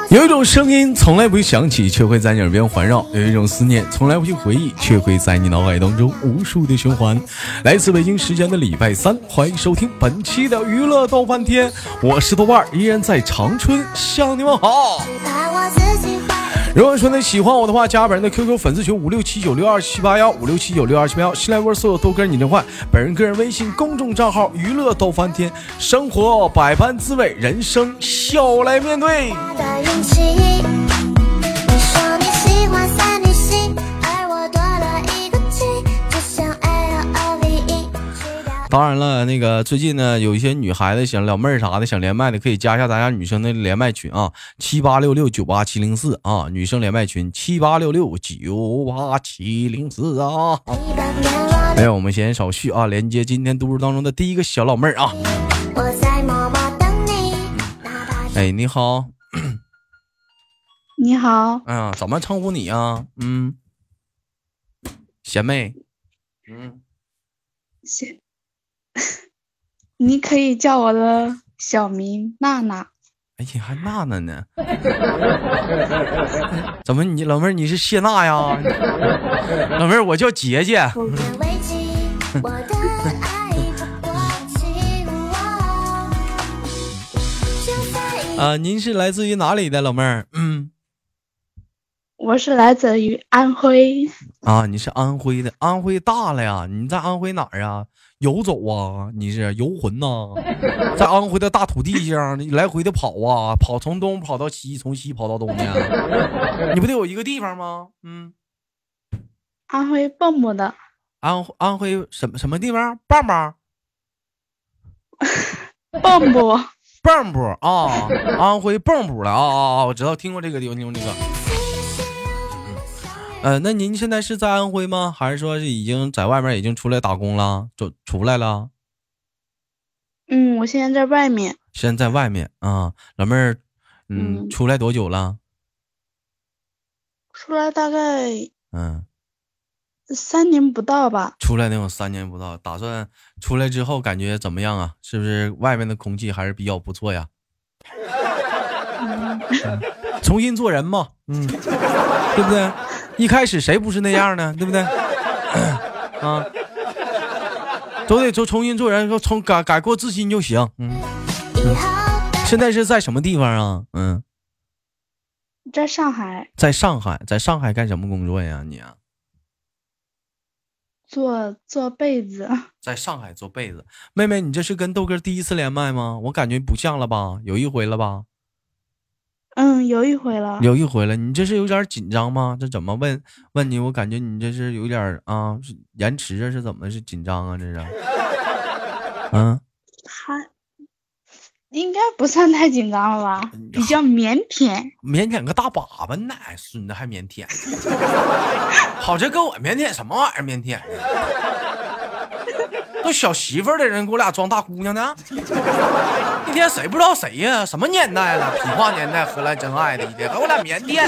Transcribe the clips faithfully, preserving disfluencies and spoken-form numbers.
有一种声音从来不会响起，却会在你耳边环绕；有一种思念从来不去回忆，却会在你脑海当中无数的循环。来自北京时间的礼拜三，欢迎收听本期的娱乐逗翻天，我是豆瓣，依然在长春向你们好。如果说你喜欢我的话，加本人的 Q Q 粉丝群五六七九六二七八幺五六七九六二七八幺，新来波所有都跟你的话，本人个人微信公众账号娱乐逗翻天，生活百般滋味，人生笑来面对。当然了，那个最近呢，有一些女孩子想老妹儿啥的想连麦的，可以加一下咱家女生的连麦群啊，七八六六九八七零四啊，女生连麦群七八六六九八七零四啊。没有，我们先少叙啊，连接今天都市当中的第一个小老妹儿啊。哎，你好。 你好。 嗯，怎么称呼你啊？嗯，贤妹。嗯， 贤。你可以叫我的小名娜娜。 哎呀，还娜娜呢？怎么你老妹儿你是谢娜呀？老妹儿我叫杰杰。啊，您是来自于哪里的老妹儿？嗯， 我是来自于安徽。 啊，你是安徽的，安徽大了呀？你在安徽哪儿啊？游走啊，你是游魂呐、啊？在安徽的大土地上来回的跑啊，跑从东跑到西，从西跑到东呀。你不得有一个地方吗？嗯， 安徽蚌埠的。 安安徽什么什么地方？棒棒。 蚌埠。 蚌埠啊，安徽蚌埠了啊啊啊！我知道，听过这个地方，听过这个。呃，那您现在是在安徽吗？还是说是已经在外面已经出来打工了，就出来了？ 嗯，我现在在外面。 现在在外面啊，老妹儿，嗯，嗯出来多久了？ 出来大概嗯三年不到吧。 出来能有三年不到，打算出来之后感觉怎么样啊？是不是外面的空气还是比较不错呀？嗯、重新做人嘛，嗯，对不对？一开始谁不是那样呢？对不对？啊，都得就重新做人，重改改过自新就行。嗯，嗯现在是在什么地方啊？嗯， 在上海。 在上海，在上海干什么工作呀？你啊？ 做做被子。 在上海做被子。妹妹，你这是跟豆哥第一次连麦吗？我感觉不像了吧，有一回了吧？ 嗯，有一回了， 有一回了。你这是有点紧张吗？这怎么问问你？我感觉你这是有点啊，是延迟啊，是怎么是紧张啊？这是？嗯， 还应该不算太紧张了吧？比较腼腆。 腼腆个大粑粑呢，孙子还腼腆。好，这跟我腼腆什么玩意儿？腼腆都小媳妇儿的人给我俩装大姑娘呢。一天谁不知道谁呀？什么年代了？痞话年代，何来真爱的？一天和我俩腼腆。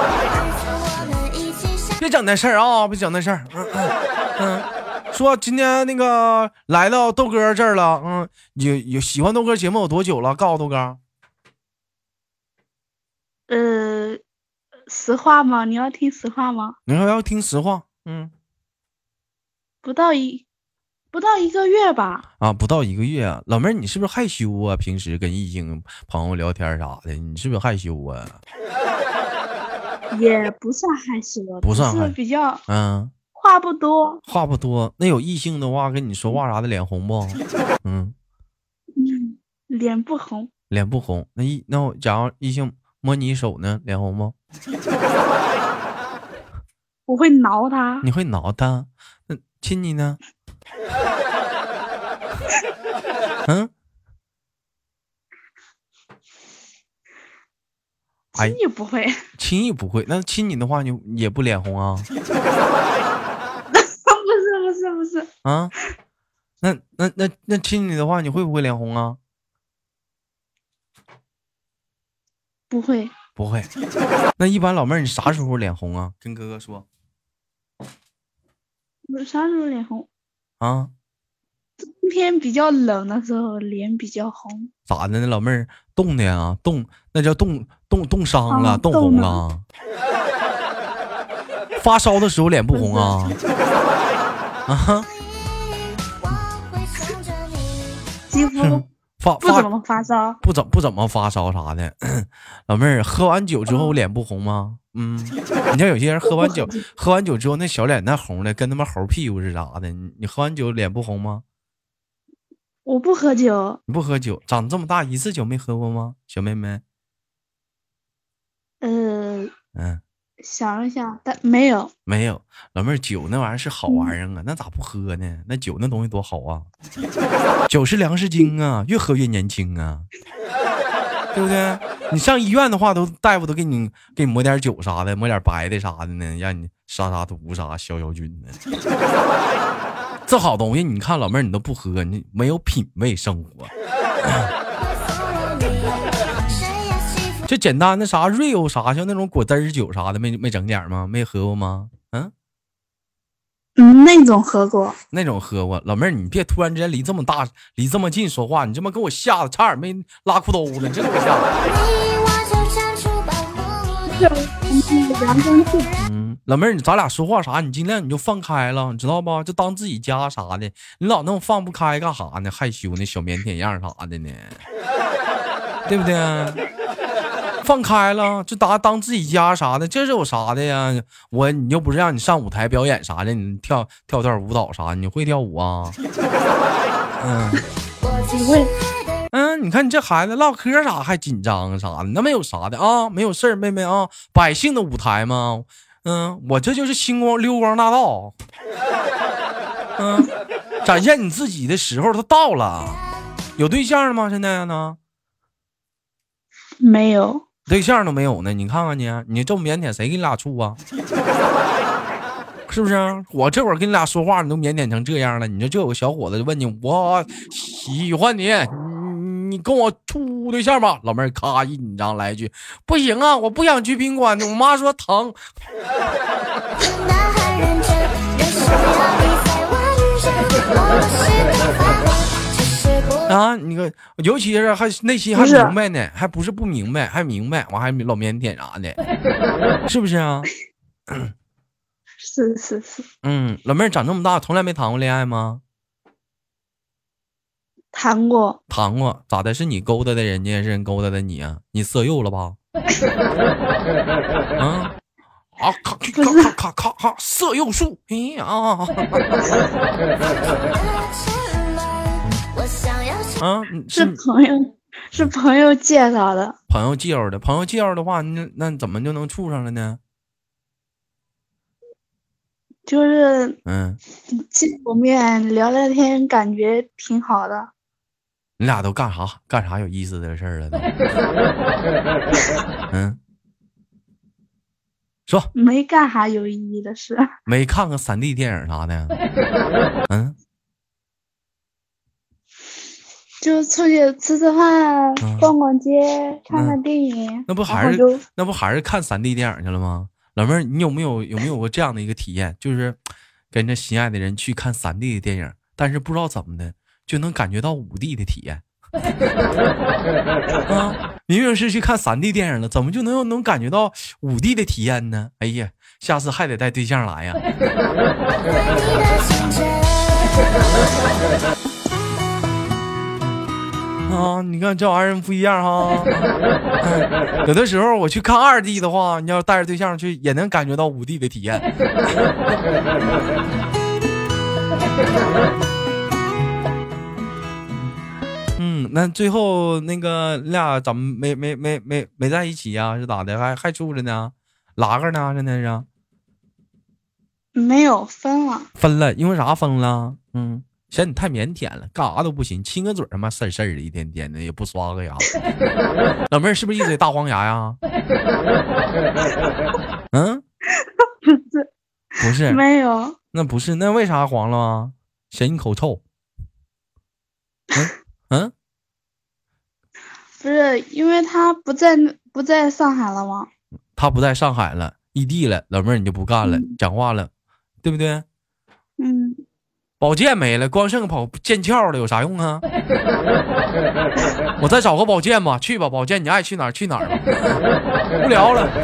别整那事儿啊！别整那事儿。嗯嗯嗯，说今天那个来到豆哥这儿了。嗯，有有喜欢豆哥节目有多久了？告诉豆哥。 呃，实话吗？你要听实话吗？ 你要要听实话。嗯， 不到一。不到一个月吧。 啊，不到一个月啊，老妹儿，你是不是害羞啊？平时跟异性朋友聊天啥的，你是不是害羞啊？ 也不算害羞， 不算害羞， 是比较嗯， 话不多， 话不多。那有异性的话跟你说话啥的，脸红不？嗯嗯，脸不红， 脸不红。那一那我假如异性摸你手呢，脸红不？ 我会挠他。 你会挠他？那亲你呢？嗯， 亲你不会， 亲你不会，那亲你的话，你也不脸红啊？ 不是不是不是啊？那那那那亲你的话，你会不会脸红啊？ 不会， 不会。那一般老妹儿，你啥时候脸红啊？跟哥哥说。 我啥时候脸红？ 啊？ 冬天比较冷的时候脸比较红。 咋的呢？老妹儿冻的呀，冻那叫冻冻冻伤了， 啊、 冻红了。发烧的时候脸不红啊？啊？ 肌肤发不怎么发烧， 不怎不怎么发烧啥的。老妹儿，喝完酒之后脸不红吗？嗯，你像有些人喝完酒，喝完酒之后那小脸那红的跟他妈猴屁股似的。你你喝完酒脸不红吗？ 我不喝酒。 你不喝酒，长这么大一次酒没喝过吗，小妹妹？ 呃， 嗯， 想一想，但没有。 没有，老妹儿，酒那玩意儿是好玩意儿啊，嗯、那咋不喝呢？那酒那东西多好啊！酒是粮食精啊，越喝越年轻啊，对不对？你上医院的话，都大夫都给你给你抹点酒啥的，抹点白的啥的呢，让你杀杀毒啥消消菌呢。这好东西，你看老妹儿你都不喝，你没有品味生活。就简单的啥瑞欧啥，像那种果汁酒啥的，没没整点吗？没喝过吗？嗯。 嗯，那种喝过， 那种喝过。老妹儿，你别突然之间离这么大，离这么近说话，你这么给我吓得差点没拉裤兜子，这给我吓得。嗯，老妹儿，你咱俩说话啥，你尽量你就放开了，你知道吧？就当自己家啥的，你老那种放不开干啥呢？害羞那小腼腆样啥的呢？对不对？放开了就当当自己家啥的，这是有啥的呀？我你又不是让你上舞台表演啥的，你跳跳段舞蹈啥，你会跳舞啊？嗯， 不会。 嗯，你看你这孩子唠嗑啥还紧张啥的，那没有啥的啊，没有事儿，妹妹啊，百姓的舞台嘛。嗯，我这就是星光溜光大道。嗯，展现你自己的时候它到了。有对象了吗？现在呢？ 没有。 对象都没有呢，你看看你，你这么腼腆，谁跟你俩处啊？是不是？我这会儿跟你俩说话，你都腼腆成这样了。你说这有个小伙子就问你，我喜欢你，你跟我处对象吧？老妹儿咔一紧张来一句，不行啊，我不想去宾馆，我妈说疼。啊，你个，尤其是还内心还明白呢，还不是不明白，还明白，我还老腼腆啥的，是不是啊？ 是是是。 嗯，老妹儿长这么大从来没谈过恋爱吗？ 谈过。 谈过，咋的？是你勾搭的人家，是人勾搭的你啊？你色诱了吧？啊啊！咔咔咔咔咔咔！色诱术！哎呀！啊， 是朋友，是朋友介绍的。 朋友介绍的，朋友介绍的话，那那怎么就能处上了呢？ 就是嗯， 见过面聊聊天，感觉挺好的。 你俩都干啥干啥有意思的事儿了都？嗯，说没干啥有意义的事。 没看个三 D 电影啥的？嗯。 就出去吃吃饭、嗯、逛逛街、看看电影， 嗯、那不还是那不还是看三 D 电影去了吗？老妹儿，你有没有有没有过这样的一个体验，就是跟着心爱的人去看三 D 的电影，但是不知道怎么的就能感觉到五 D 的体验啊？明明是去看三 D 电影了，怎么就能能感觉到五 D 的体验呢？哎呀，下次还得带对象来呀！啊，你看这玩意儿不一样哈、哎。有的时候我去看二 D 的话，你要带着对象去，也能感觉到五 D 的体验。嗯，那最后那个你俩怎么没没没没没在一起呀、啊？是咋的？还还处着呢？哪个呢？现在是？ 没有，分了。 分了，因为啥分了？嗯。嫌你太腼腆了，干啥都不行，亲个嘴他妈事儿事儿的，一天天的也不刷个牙。老妹儿是不是一嘴大黄牙呀？嗯， 不是， 不是， 没有， 那不是，那为啥黄了啊？嫌你口臭。嗯嗯， 不是，因为他不在不在上海了吗？ 他不在上海了，异地了，老妹儿你就不干了，嗯、讲话了，对不对？ 嗯。 宝剑没了，光剩个宝剑鞘了，有啥用啊？我再找个宝剑吧，去吧，宝剑你爱去哪儿去哪儿吧，无聊了。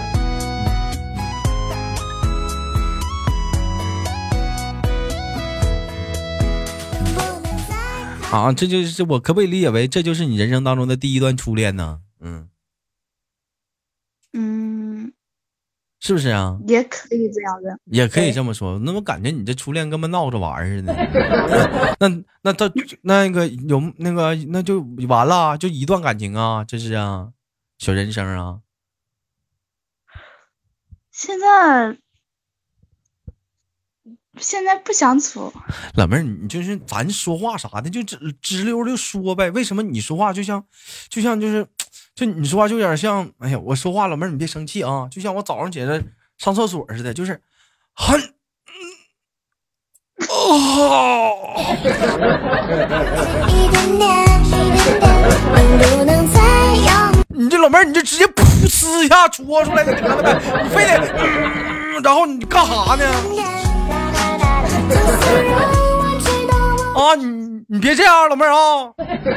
啊，这就是我可不可以理解为这就是你人生当中的第一段初恋呢？嗯嗯， 是不是啊？ 也可以这样的， 也可以这么说。那我感觉你这初恋跟本闹着玩似的。那那他那个有那个那就完了，就一段感情啊，这是啊，小人生啊。 现在现在不想处。 老妹儿，你就是咱说话啥的就直直溜溜说呗。为什么你说话就像就像就是就你说话就有点像，哎呀，我说话老妹儿你别生气啊，就像我早上起来上厕所似的，就是很哦。你这老妹儿，你就直接噗呲一下戳出来就得了呗，你非得、嗯、然后你干啥呢？啊，你你别这样，老妹儿啊！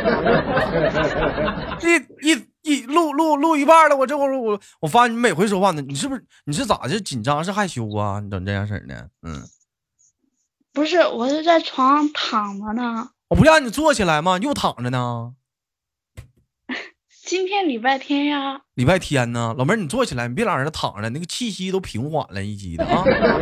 一一一录录录一半了，我这会儿我我发现你每回说话呢，你是不是你是咋是紧张是害羞啊？你整这样式儿的，嗯， 不是，我是在床上躺着呢。 我不让你坐起来吗？又躺着呢。 今天礼拜天呀。 礼拜天呢，老妹儿你坐起来，你别老在那躺着，那个气息都平缓了一级的啊。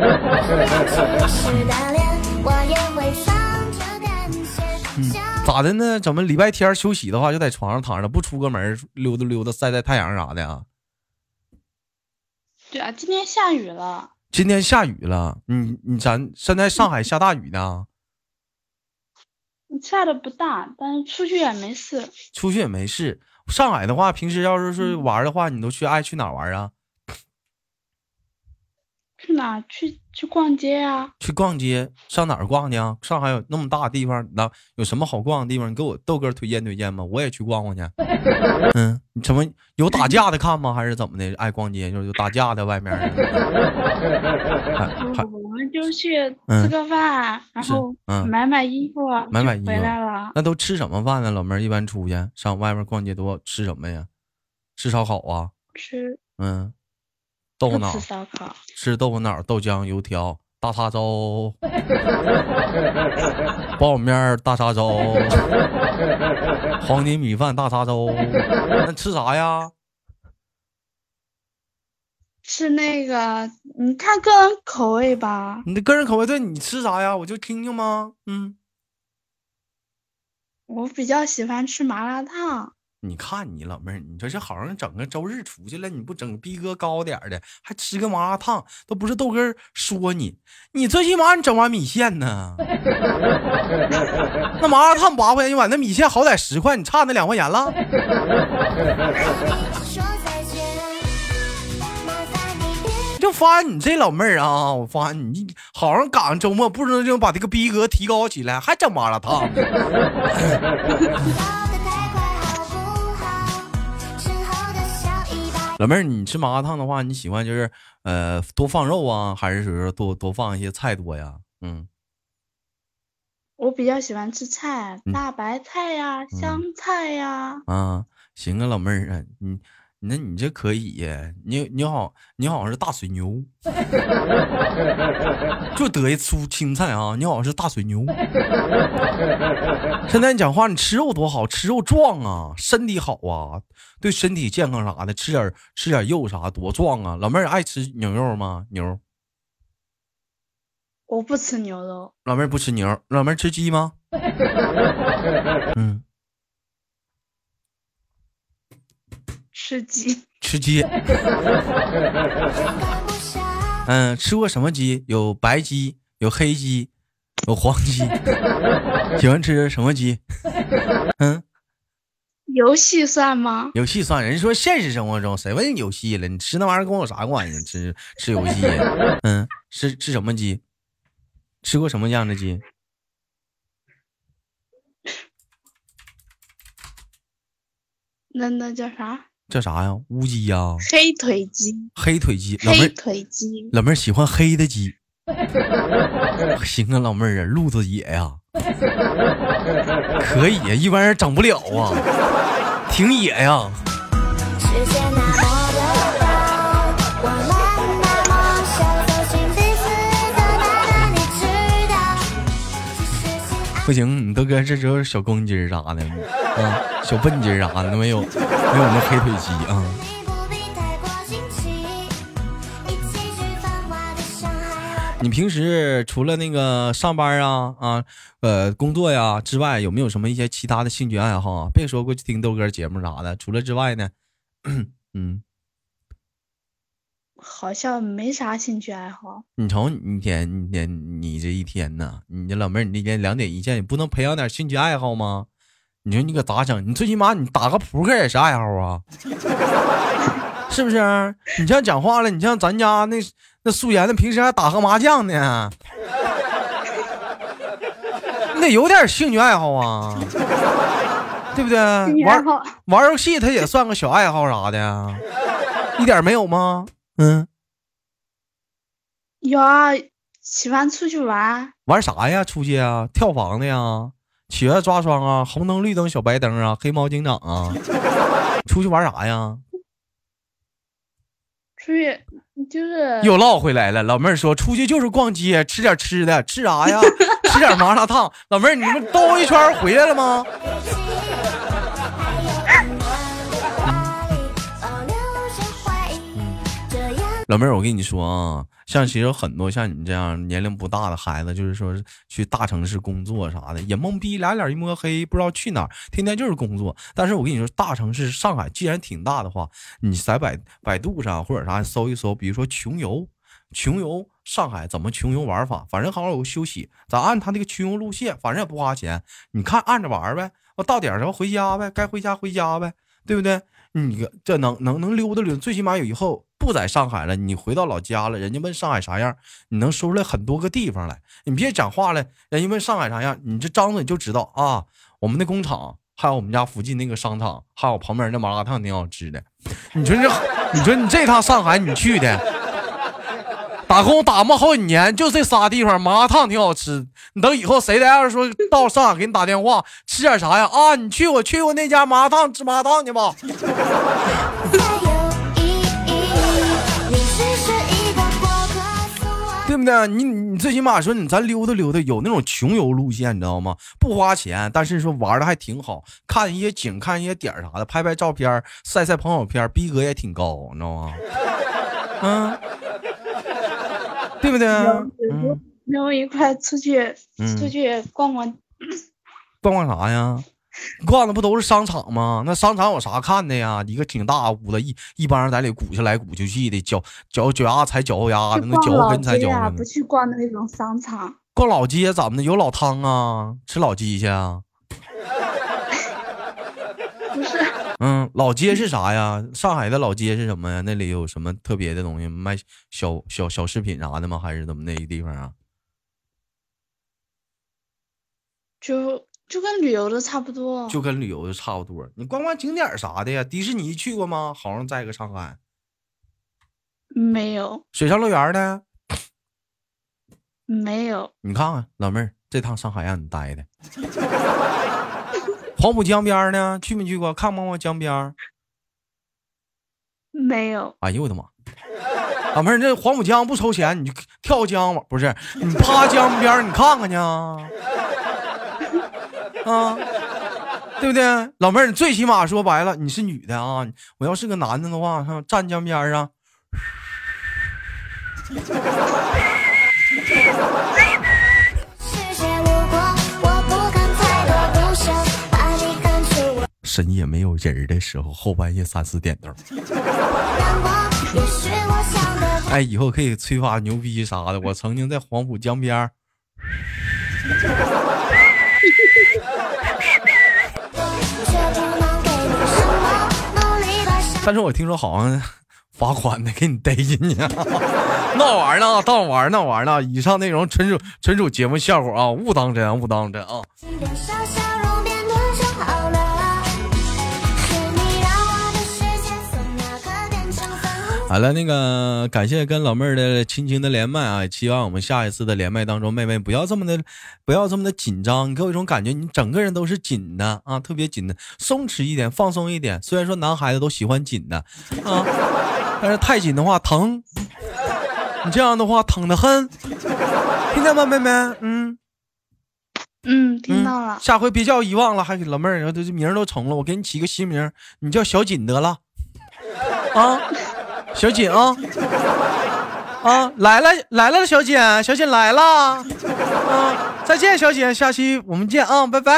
嗯，咋的呢？怎么礼拜天休息的话，就在床上躺着，不出个门溜达溜达，晒晒太阳啥的啊？ 对啊，今天下雨了。 今天下雨了，你你咱现在上海下大雨呢？ 下的不大，但是出去也没事。 出去也没事。上海的话，平时要是是玩的话，你都去爱去哪玩啊？ 去哪？去去逛街啊？ 去逛街，上哪儿逛去啊？上海有那么大的地方，那有什么好逛的地方？你给我豆哥推荐推荐吧，我也去逛逛去。嗯，你怎么有打架的看吗？还是怎么的？爱逛街就是有打架的外面。 我们就去吃个饭，嗯、然后买买衣服， 买买衣服回来了。 那都吃什么饭呢？老妹儿一般出去上外面逛街多吃什么呀？吃烧烤啊？ 吃嗯。豆腐脑， 吃烧烤， 吃豆腐脑、豆浆、油条、大碴粥、苞米面大碴粥、黄金米饭大碴粥，那吃啥呀？ 吃那个，你看个人口味吧。 你的个人口味，对，你吃啥呀？我就听听吗？嗯， 我比较喜欢吃麻辣烫。 你看你老妹儿，你这是好像整个周日出去了，你不整逼格高点的，还吃个麻辣烫，都不是豆哥说你，你最起码你整碗米线呢。那麻辣烫八块钱一碗，那米线好歹十块，你差那两块钱了。就发现你这老妹儿啊，我发现你好像赶上周末，不知道就把这个逼格提高起来，还整麻辣烫。老妹儿，你吃麻辣烫的话，你喜欢就是呃多放肉啊，还是说多多放一些菜多呀？嗯， 我比较喜欢吃菜，大白菜呀、嗯、香菜呀。 啊，行啊，老妹儿啊，你那你这可以耶，你你好，你好像是大水牛，就得一出青菜啊，你好像是大水牛。现在你讲话，你吃肉多好，吃肉壮啊，身体好啊，对身体健康啥的，吃点吃点肉啥多壮啊。老妹儿爱吃牛肉吗？牛？ 我不吃牛肉。 老妹儿不吃牛，老妹儿吃鸡吗？嗯。 吃鸡， 吃鸡。嗯，吃过什么鸡？有白鸡，有黑鸡，有黄鸡。喜欢吃什么鸡？嗯， 游戏算吗？ 游戏算。人说现实生活中谁问游戏了？你吃那玩意儿跟我有啥关系？吃吃游戏。嗯，吃吃什么鸡？吃过什么样的鸡？ 那那叫啥？ 叫啥呀？乌鸡呀？ 黑腿鸡。 黑腿鸡。 黑腿鸡。 老妹儿喜欢黑的鸡。 行啊，老妹儿啊，路子野呀、啊，可以呀、啊，一般人整不了啊，挺野呀、啊。不行，你都跟这只小公鸡啥的啊，小笨鸡啥的没有，没有那黑腿鸡啊。你平时除了那个上班啊啊呃工作呀之外，有没有什么一些其他的兴趣爱好啊？别说过去听豆哥节目啥的，除了之外呢？嗯， 好像没啥兴趣爱好。 你瞅你一天，你天你这一天呢？你这老妹儿，你一天两点一线，你不能培养点兴趣爱好吗？你说你可咋整？你最起码你打个扑克也是爱好啊，是不是？你像讲话了，你像咱家那那素颜的，平时还打个麻将呢，你得有点兴趣爱好啊，对不对？玩玩游戏它也算个小爱好啥的呀，一点没有吗？嗯， 有啊，喜欢出去玩。 玩啥呀？出去啊？跳房的呀？企鹅抓双啊？红灯绿灯小白灯啊？黑猫警长啊？出去玩啥呀？ 出去就是又唠回来了。老妹儿说出去就是逛街，吃点吃的，吃啥呀？吃点麻辣烫。老妹儿，你们兜一圈回来了吗？老妹儿，我跟你说啊，像其实很多像你这样年龄不大的孩子，就是说去大城市工作啥的，也懵逼，俩脸一摸黑，不知道去哪儿，天天就是工作。但是我跟你说，大城市上海既然挺大的话，你在百百度上或者啥搜一搜，比如说穷游，穷游上海怎么穷游玩法，反正好好有个休息，咱按他那个穷游路线，反正也不花钱，你看按着玩呗，我到点时候回家呗，该回家回家呗，对不对？你这能能能溜达溜达，最起码有以后不在上海了，你回到老家了，人家问上海啥样，你能说出来很多个地方来。你别讲话了，人家问上海啥样，你这张嘴就知道啊。我们的工厂，还有我们家附近那个商场，还有旁边那麻辣烫挺好吃的。你说这，你说你这趟上海你去的，打工打磨好几年，就这仨地方，麻辣烫挺好吃。你等以后谁再要是说到上海给你打电话，吃点啥呀？啊，你去我去过那家麻辣烫吃麻辣烫去吧。对不对？你你最起码说你咱溜达溜达，有那种穷游路线，你知道吗？不花钱，但是说玩的还挺好，看一些景，看一些点啥的，拍拍照片，晒晒朋友片，逼格也挺高，你知道吗？嗯。对不对？ 嗯，跟我一块出去、 嗯、 出去逛逛， 逛逛啥呀？逛的不都是商场吗？那商场有啥看的呀？一个挺大屋子，一一帮人在里鼓下来鼓去的，脚脚脚丫踩脚后丫的，那脚后跟踩脚后跟。 不去逛那种商场。 逛老街怎么的？有老汤啊，吃老鸡去啊？ 不是。 嗯，老街是啥呀？上海的老街是什么呀？那里有什么特别的东西？卖小小小饰品啥的吗？还是怎么那个地方啊？ 就就跟旅游的差不多。 就跟旅游的差不多。你逛逛景点啥的呀？迪士尼去过吗？好像在个上海。 没有。 水上乐园呢？ 没有。 你看看老妹儿，这趟上海让你待的。黄浦江边呢？去没去过？看没江边？ 没有。 哎呦我的妈！老妹儿，这黄浦江不抽钱，你跳江不是？你趴江边，你看看去啊，啊，对不对？老妹儿，你最起码说白了，你是女的啊。我要是个男的的话，站江边上。深夜没有人的时候，后半夜三四点钟，哎，以后可以吹发牛逼啥的。我曾经在黄浦江边，但是我听说好像罚款的，给你逮进去。闹玩呢，闹玩闹玩呢。以上内容纯属纯属节目效果啊，勿当真，勿当真啊。 好了，那个感谢跟老妹儿的亲情的连麦啊，希望我们下一次的连麦当中，妹妹不要这么的，不要这么的紧张，给我一种感觉，你整个人都是紧的啊，特别紧的，松弛一点，放松一点。虽然说男孩子都喜欢紧的啊，但是太紧的话疼，你这样的话疼得很，听见吗，妹妹？嗯嗯，听到了。 嗯、下回别叫遗忘了，还给老妹儿，这名儿都重了，我给你起个新名，你叫小锦得了啊。小锦啊啊来了来了，小锦小锦来了啊！再见，小锦，下期我们见啊，拜拜。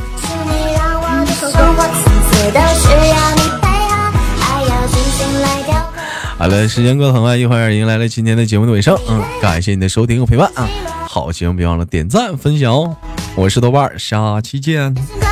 好了，时间过得很快，一会儿迎来了今天的节目的尾声。嗯，感谢你的收听和陪伴啊！好节目别忘了点赞分享哦。我是豆瓣，下期见。